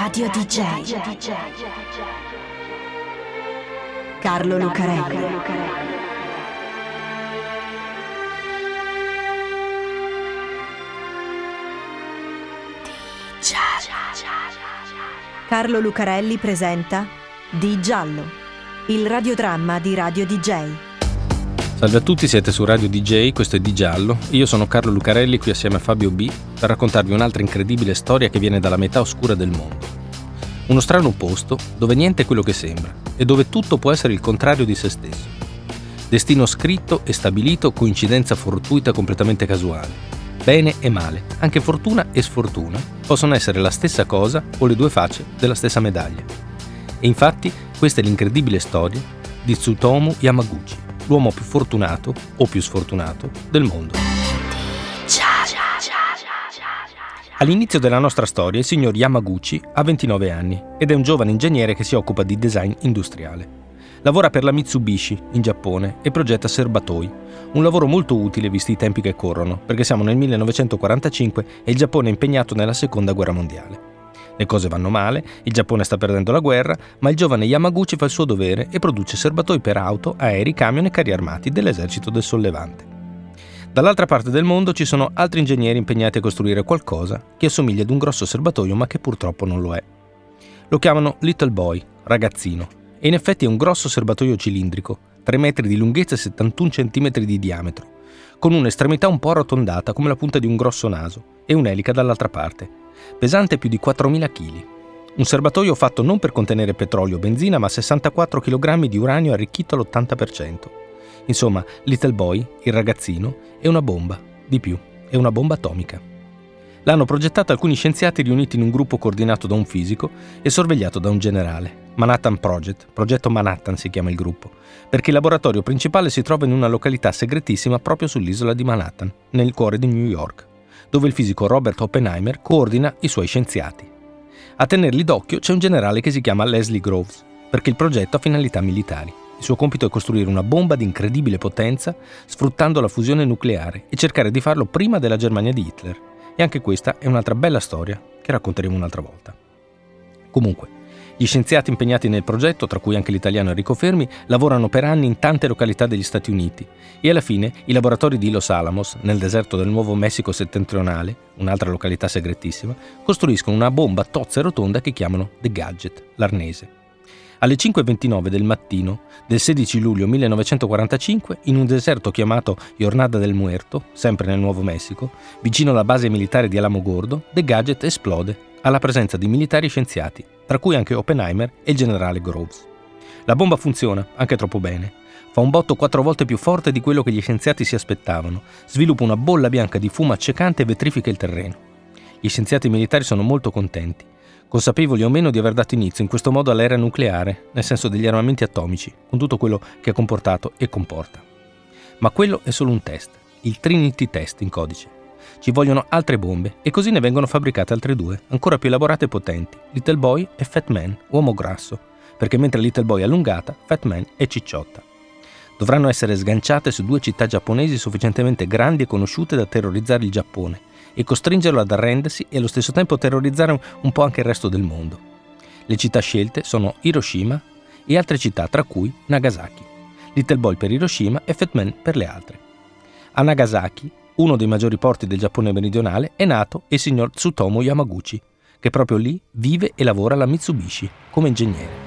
Radio DJ. Carlo Lucarelli. Carlo Lucarelli presenta Di Giallo, il radiodramma di Radio DJ. Salve a tutti, siete su Radio DJ, questo è Di Giallo. Io sono Carlo Lucarelli, qui assieme a Fabio B, per raccontarvi un'altra incredibile storia che viene dalla metà oscura del mondo. Uno strano posto dove niente è quello che sembra e dove tutto può essere il contrario di se stesso. Destino scritto e stabilito, coincidenza fortuita completamente casuale. Bene e male, anche fortuna e sfortuna, possono essere la stessa cosa o le due facce della stessa medaglia. E infatti questa è l'incredibile storia di Tsutomu Yamaguchi, l'uomo più fortunato o più sfortunato del mondo. All'inizio della nostra storia il signor Yamaguchi ha 29 anni ed è un giovane ingegnere che si occupa di design industriale. Lavora per la Mitsubishi in Giappone e progetta serbatoi, un lavoro molto utile visti i tempi che corrono, perché siamo nel 1945 e il Giappone è impegnato nella seconda guerra mondiale. Le cose vanno male, il Giappone sta perdendo la guerra, ma il giovane Yamaguchi fa il suo dovere e produce serbatoi per auto, aerei, camion e carri armati dell'esercito del Sollevante. Dall'altra parte del mondo ci sono altri ingegneri impegnati a costruire qualcosa che assomiglia ad un grosso serbatoio ma che purtroppo non lo è. Lo chiamano Little Boy, ragazzino, e in effetti è un grosso serbatoio cilindrico, 3 metri di lunghezza e 71 centimetri di diametro, con un'estremità un po' arrotondata come la punta di un grosso naso e un'elica dall'altra parte, pesante più di 4.000 kg. Un serbatoio fatto non per contenere petrolio o benzina, ma 64 kg di uranio arricchito all'80%. Insomma, Little Boy, il ragazzino, è una bomba, di più, è una bomba atomica. L'hanno progettata alcuni scienziati riuniti in un gruppo coordinato da un fisico e sorvegliato da un generale. Manhattan Project, progetto Manhattan si chiama il gruppo, perché il laboratorio principale si trova in una località segretissima proprio sull'isola di Manhattan, nel cuore di New York, dove il fisico Robert Oppenheimer coordina i suoi scienziati. A tenerli d'occhio c'è un generale che si chiama Leslie Groves, perché il progetto ha finalità militari. Il suo compito è costruire una bomba di incredibile potenza sfruttando la fusione nucleare e cercare di farlo prima della Germania di Hitler. E anche questa è un'altra bella storia che racconteremo un'altra volta. Comunque, gli scienziati impegnati nel progetto, tra cui anche l'italiano Enrico Fermi, lavorano per anni in tante località degli Stati Uniti e alla fine i laboratori di Los Alamos, nel deserto del Nuovo Messico settentrionale, un'altra località segretissima, costruiscono una bomba tozza e rotonda che chiamano The Gadget, l'arnese. Alle 5:29 del mattino del 16 luglio 1945, in un deserto chiamato Jornada del Muerto, sempre nel Nuovo Messico, vicino alla base militare di Alamogordo, The Gadget esplode alla presenza di militari e scienziati, tra cui anche Oppenheimer e il generale Groves. La bomba funziona, anche troppo bene. Fa un botto 4 volte più forte di quello che gli scienziati si aspettavano, sviluppa una bolla bianca di fumo accecante e vetrifica il terreno. Gli scienziati militari sono molto contenti, consapevoli o meno di aver dato inizio in questo modo all'era nucleare, nel senso degli armamenti atomici, con tutto quello che ha comportato e comporta. Ma quello è solo un test, il Trinity Test in codice. Ci vogliono altre bombe e così ne vengono fabbricate altre 2, ancora più elaborate e potenti, Little Boy e Fat Man, uomo grasso, perché mentre Little Boy è allungata, Fat Man è cicciotta. Dovranno essere sganciate su 2 città giapponesi sufficientemente grandi e conosciute da terrorizzare il Giappone e costringerlo ad arrendersi e allo stesso tempo terrorizzare un po' anche il resto del mondo. Le città scelte sono Hiroshima e altre città, tra cui Nagasaki. Little Boy per Hiroshima e Fat Man per le altre. A Nagasaki, uno dei maggiori porti del Giappone meridionale, è nato il signor Tsutomu Yamaguchi, che proprio lì vive e lavora alla Mitsubishi come ingegnere.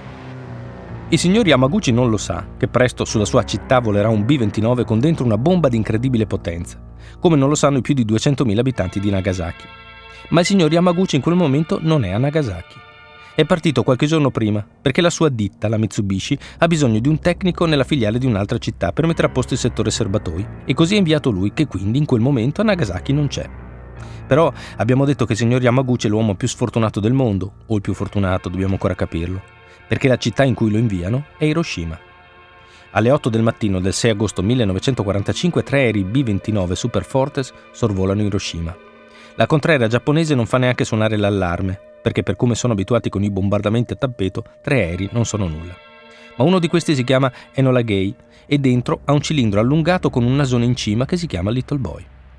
Il signor Yamaguchi non lo sa che presto sulla sua città volerà un B-29 con dentro una bomba di incredibile potenza, come non lo sanno i più di 200.000 abitanti di Nagasaki. Ma il signor Yamaguchi in quel momento non è a Nagasaki. È partito qualche giorno prima, perché la sua ditta, la Mitsubishi, ha bisogno di un tecnico nella filiale di un'altra città per mettere a posto il settore serbatoi, e così ha inviato lui, che quindi in quel momento a Nagasaki non c'è. Però abbiamo detto che il signor Yamaguchi è l'uomo più sfortunato del mondo, o il più fortunato, dobbiamo ancora capirlo, perché la città in cui lo inviano è Hiroshima. Alle 8 del mattino del 6 agosto 1945 3 aerei B-29 Super Fortress sorvolano Hiroshima. La contraerea giapponese non fa neanche suonare l'allarme, perché per come sono abituati con i bombardamenti a tappeto, 3 aerei non sono nulla. Ma uno di questi si chiama Enola Gay e dentro ha un cilindro allungato con un nasone in cima che si chiama Little Boy.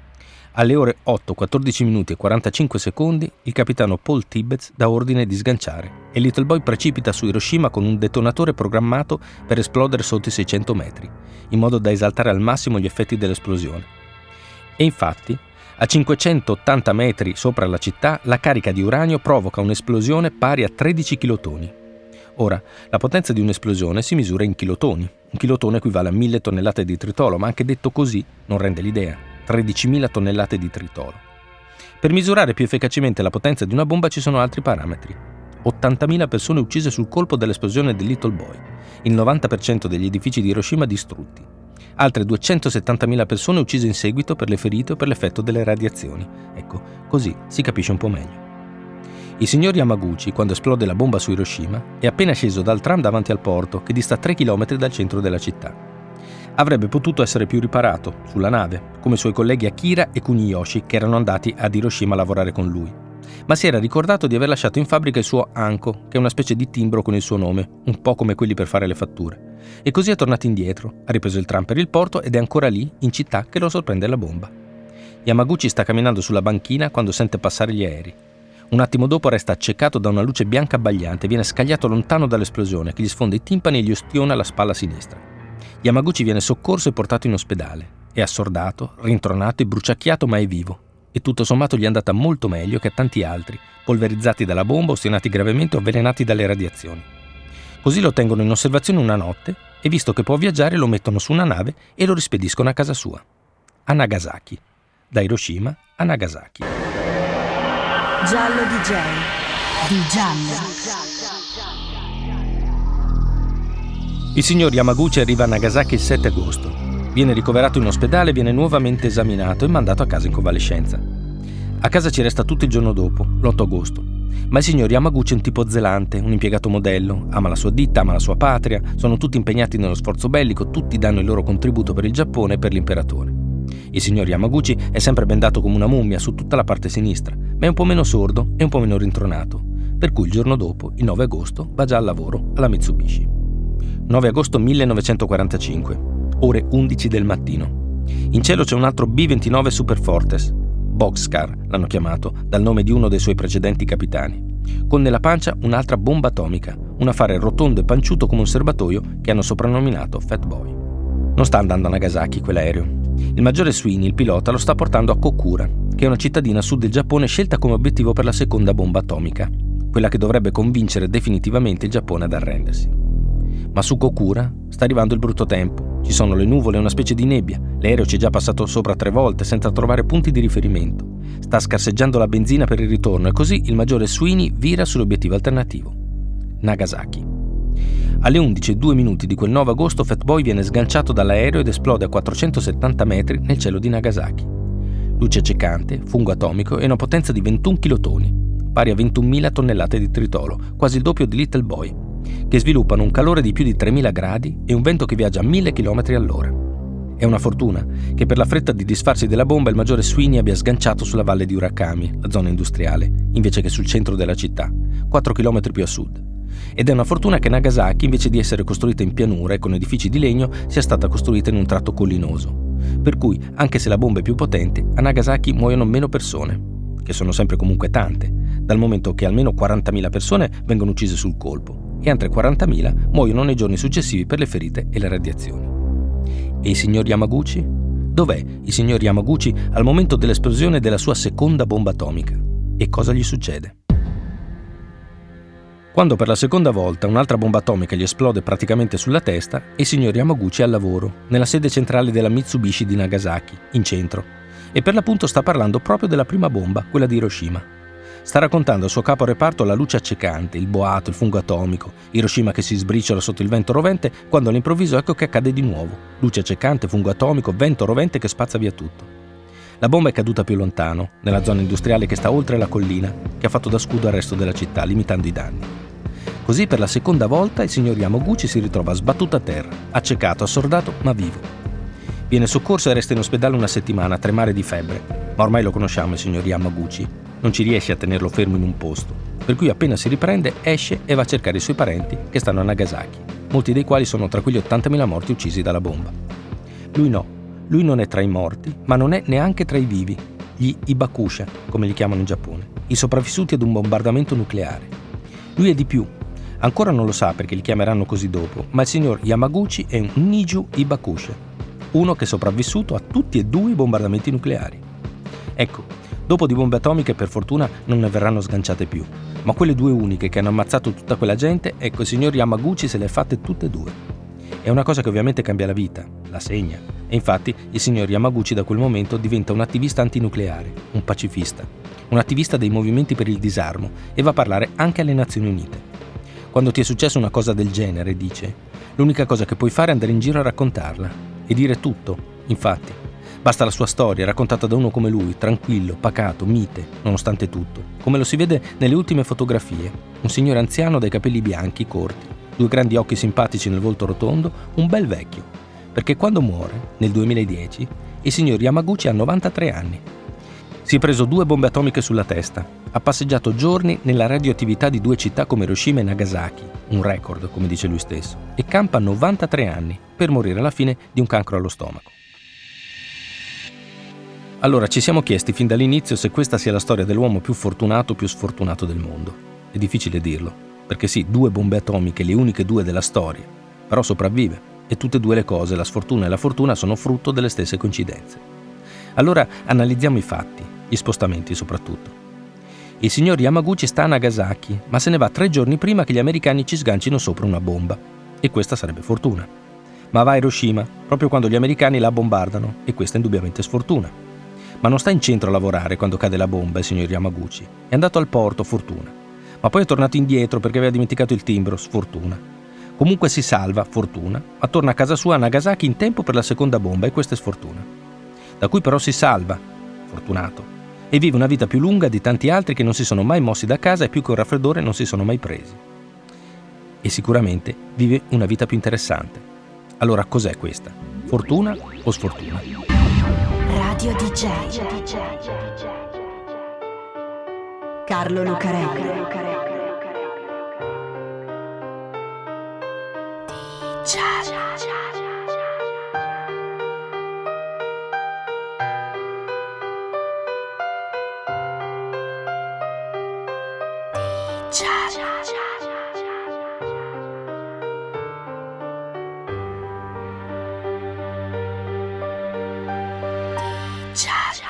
Alle ore 8, 14 minuti e 45 secondi il capitano Paul Tibbets dà ordine di sganciare e Little Boy precipita su Hiroshima con un detonatore programmato per esplodere sotto i 600 metri, in modo da esaltare al massimo gli effetti dell'esplosione. E infatti, a 580 metri sopra la città, la carica di uranio provoca un'esplosione pari a 13 kilotoni. Ora, la potenza di un'esplosione si misura in kilotoni. Un kilotone equivale a 1000 tonnellate di tritolo, ma anche detto così non rende l'idea. 13.000 tonnellate di tritolo. Per misurare più efficacemente la potenza di una bomba ci sono altri parametri. 80.000 persone uccise sul colpo dell'esplosione del Little Boy, il 90% degli edifici di Hiroshima distrutti, altre 270.000 persone uccise in seguito per le ferite o per l'effetto delle radiazioni. Ecco, così si capisce un po' meglio. Il signor Yamaguchi, quando esplode la bomba su Hiroshima, è appena sceso dal tram davanti al porto, che dista 3 km dal centro della città. Avrebbe potuto essere più riparato, sulla nave, come i suoi colleghi Akira e Kuniyoshi che erano andati ad Hiroshima a lavorare con lui. Ma si era ricordato di aver lasciato in fabbrica il suo Anko, che è una specie di timbro con il suo nome, un po' come quelli per fare le fatture. E così è tornato indietro, ha ripreso il tram per il porto ed è ancora lì, in città, che lo sorprende la bomba. Yamaguchi sta camminando sulla banchina quando sente passare gli aerei. Un attimo dopo resta accecato da una luce bianca abbagliante e viene scagliato lontano dall'esplosione che gli sfonda i timpani e gli ustiona la spalla sinistra. Yamaguchi viene soccorso e portato in ospedale. È assordato, rintronato e bruciacchiato, ma è vivo. E tutto sommato gli è andata molto meglio che a tanti altri, polverizzati dalla bomba, ustionati gravemente o avvelenati dalle radiazioni. Così lo tengono in osservazione una notte e, visto che può viaggiare, lo mettono su una nave e lo rispediscono a casa sua, a Nagasaki. Da Hiroshima a Nagasaki. Giallo DJ di Giallo. Il signor Yamaguchi arriva a Nagasaki il 7 agosto. Viene ricoverato in ospedale, viene nuovamente esaminato e mandato a casa in convalescenza. A casa ci resta tutto il giorno dopo, l'8 agosto. Ma il signor Yamaguchi è un tipo zelante, un impiegato modello, ama la sua ditta, ama la sua patria, sono tutti impegnati nello sforzo bellico, tutti danno il loro contributo per il Giappone e per l'imperatore. Il signor Yamaguchi è sempre bendato come una mummia su tutta la parte sinistra, ma è un po' meno sordo e un po' meno rintronato, per cui il giorno dopo, il 9 agosto, va già al lavoro alla Mitsubishi. 9 agosto 1945, ore 11 del mattino. In cielo c'è un altro B-29 Superfortes, Boxcar l'hanno chiamato, dal nome di uno dei suoi precedenti capitani, con nella pancia un'altra bomba atomica, un affare rotondo e panciuto come un serbatoio che hanno soprannominato Fat Boy. Non sta andando a Nagasaki quell'aereo. Il maggiore Sweeney, il pilota, lo sta portando a Kokura, che è una cittadina a sud del Giappone scelta come obiettivo per la seconda bomba atomica, quella che dovrebbe convincere definitivamente il Giappone ad arrendersi. Ma su Kokura sta arrivando il brutto tempo. Ci sono le nuvole e una specie di nebbia. L'aereo ci è già passato sopra 3 volte senza trovare punti di riferimento. Sta scarseggiando la benzina per il ritorno e così il maggiore Sweeney vira sull'obiettivo alternativo, Nagasaki. Alle 11:02 di quel 9 agosto Fatboy viene sganciato dall'aereo ed esplode a 470 metri nel cielo di Nagasaki. Luce accecante, fungo atomico e una potenza di 21 kilotoni, pari a 21.000 tonnellate di tritolo, quasi il doppio di Little Boy, che sviluppano un calore di più di 3.000 gradi e un vento che viaggia a 1.000 km all'ora. È una fortuna che per la fretta di disfarsi della bomba il maggiore Sweeney abbia sganciato sulla valle di Urakami, la zona industriale, invece che sul centro della città, 4 km più a sud. Ed è una fortuna che Nagasaki, invece di essere costruita in pianura e con edifici di legno, sia stata costruita in un tratto collinoso. Per cui, anche se la bomba è più potente, a Nagasaki muoiono meno persone, che sono sempre comunque tante, dal momento che almeno 40.000 persone vengono uccise sul colpo e altre 40.000 muoiono nei giorni successivi per le ferite e le radiazioni. E il signor Yamaguchi? Dov'è il signor Yamaguchi al momento dell'esplosione della sua seconda bomba atomica? E cosa gli succede? Quando per la seconda volta un'altra bomba atomica gli esplode praticamente sulla testa, il signor Yamaguchi è al lavoro, nella sede centrale della Mitsubishi di Nagasaki, in centro, e per l'appunto sta parlando proprio della prima bomba, quella di Hiroshima. Sta raccontando al suo capo reparto la luce accecante, il boato, il fungo atomico, Hiroshima che si sbriciola sotto il vento rovente, quando all'improvviso ecco che accade di nuovo. Luce accecante, fungo atomico, vento rovente che spazza via tutto. La bomba è caduta più lontano, nella zona industriale che sta oltre la collina, che ha fatto da scudo al resto della città, limitando i danni. Così per la seconda volta il signor Yamaguchi si ritrova sbattuto a terra, accecato, assordato, ma vivo. Viene soccorso e resta in ospedale una settimana a tremare di febbre, ma ormai lo conosciamo il signor Yamaguchi, non ci riesce a tenerlo fermo in un posto, per cui appena si riprende esce e va a cercare i suoi parenti che stanno a Nagasaki, molti dei quali sono tra quegli 80.000 morti uccisi dalla bomba. Lui no, lui non è tra i morti, ma non è neanche tra i vivi, gli Hibakusha, come li chiamano in Giappone, i sopravvissuti ad un bombardamento nucleare. Lui è di più. Ancora non lo sa perché li chiameranno così dopo, ma il signor Yamaguchi è un Niju Hibakusha, uno che è sopravvissuto a tutti e due i bombardamenti nucleari. Ecco, dopo di bombe atomiche per fortuna non ne verranno sganciate più, ma quelle due uniche che hanno ammazzato tutta quella gente, ecco, il signor Yamaguchi se le ha fatte tutte e due. È una cosa che ovviamente cambia la vita, la segna, e infatti il signor Yamaguchi da quel momento diventa un attivista antinucleare, un pacifista, un attivista dei movimenti per il disarmo e va a parlare anche alle Nazioni Unite. Quando ti è successa una cosa del genere, dice, l'unica cosa che puoi fare è andare in giro a raccontarla e dire tutto. Infatti, basta la sua storia raccontata da uno come lui, tranquillo, pacato, mite, nonostante tutto, come lo si vede nelle ultime fotografie, un signore anziano dai capelli bianchi, corti, due grandi occhi simpatici nel volto rotondo, un bel vecchio, perché quando muore, nel 2010, il signor Yamaguchi ha 93 anni. Si è preso 2 bombe atomiche sulla testa, ha passeggiato giorni nella radioattività di 2 città come Hiroshima e Nagasaki, un record, come dice lui stesso, e campa 93 anni per morire alla fine di un cancro allo stomaco. Allora ci siamo chiesti fin dall'inizio se questa sia la storia dell'uomo più fortunato o più sfortunato del mondo. È difficile dirlo, perché sì, 2 bombe atomiche, le uniche 2 della storia, però sopravvive, e tutte e 2 le cose, la sfortuna e la fortuna, sono frutto delle stesse coincidenze. Allora analizziamo i fatti, gli spostamenti soprattutto. Il signor Yamaguchi sta a Nagasaki, ma se ne va 3 giorni prima che gli americani ci sgancino sopra una bomba, e questa sarebbe fortuna. Ma va a Hiroshima, proprio quando gli americani la bombardano, e questa è indubbiamente sfortuna. Ma non sta in centro a lavorare quando cade la bomba il signor Yamaguchi, è andato al porto, fortuna. Ma poi è tornato indietro perché aveva dimenticato il timbro, sfortuna. Comunque si salva, fortuna, ma torna a casa sua a Nagasaki in tempo per la seconda bomba, e questa è sfortuna. Da cui però si salva, fortunato, e vive una vita più lunga di tanti altri che non si sono mai mossi da casa e più che un raffreddore non si sono mai presi. E sicuramente vive una vita più interessante. Allora cos'è questa? Fortuna o sfortuna? Radio DJ Carlo Lucarelli. Ciao.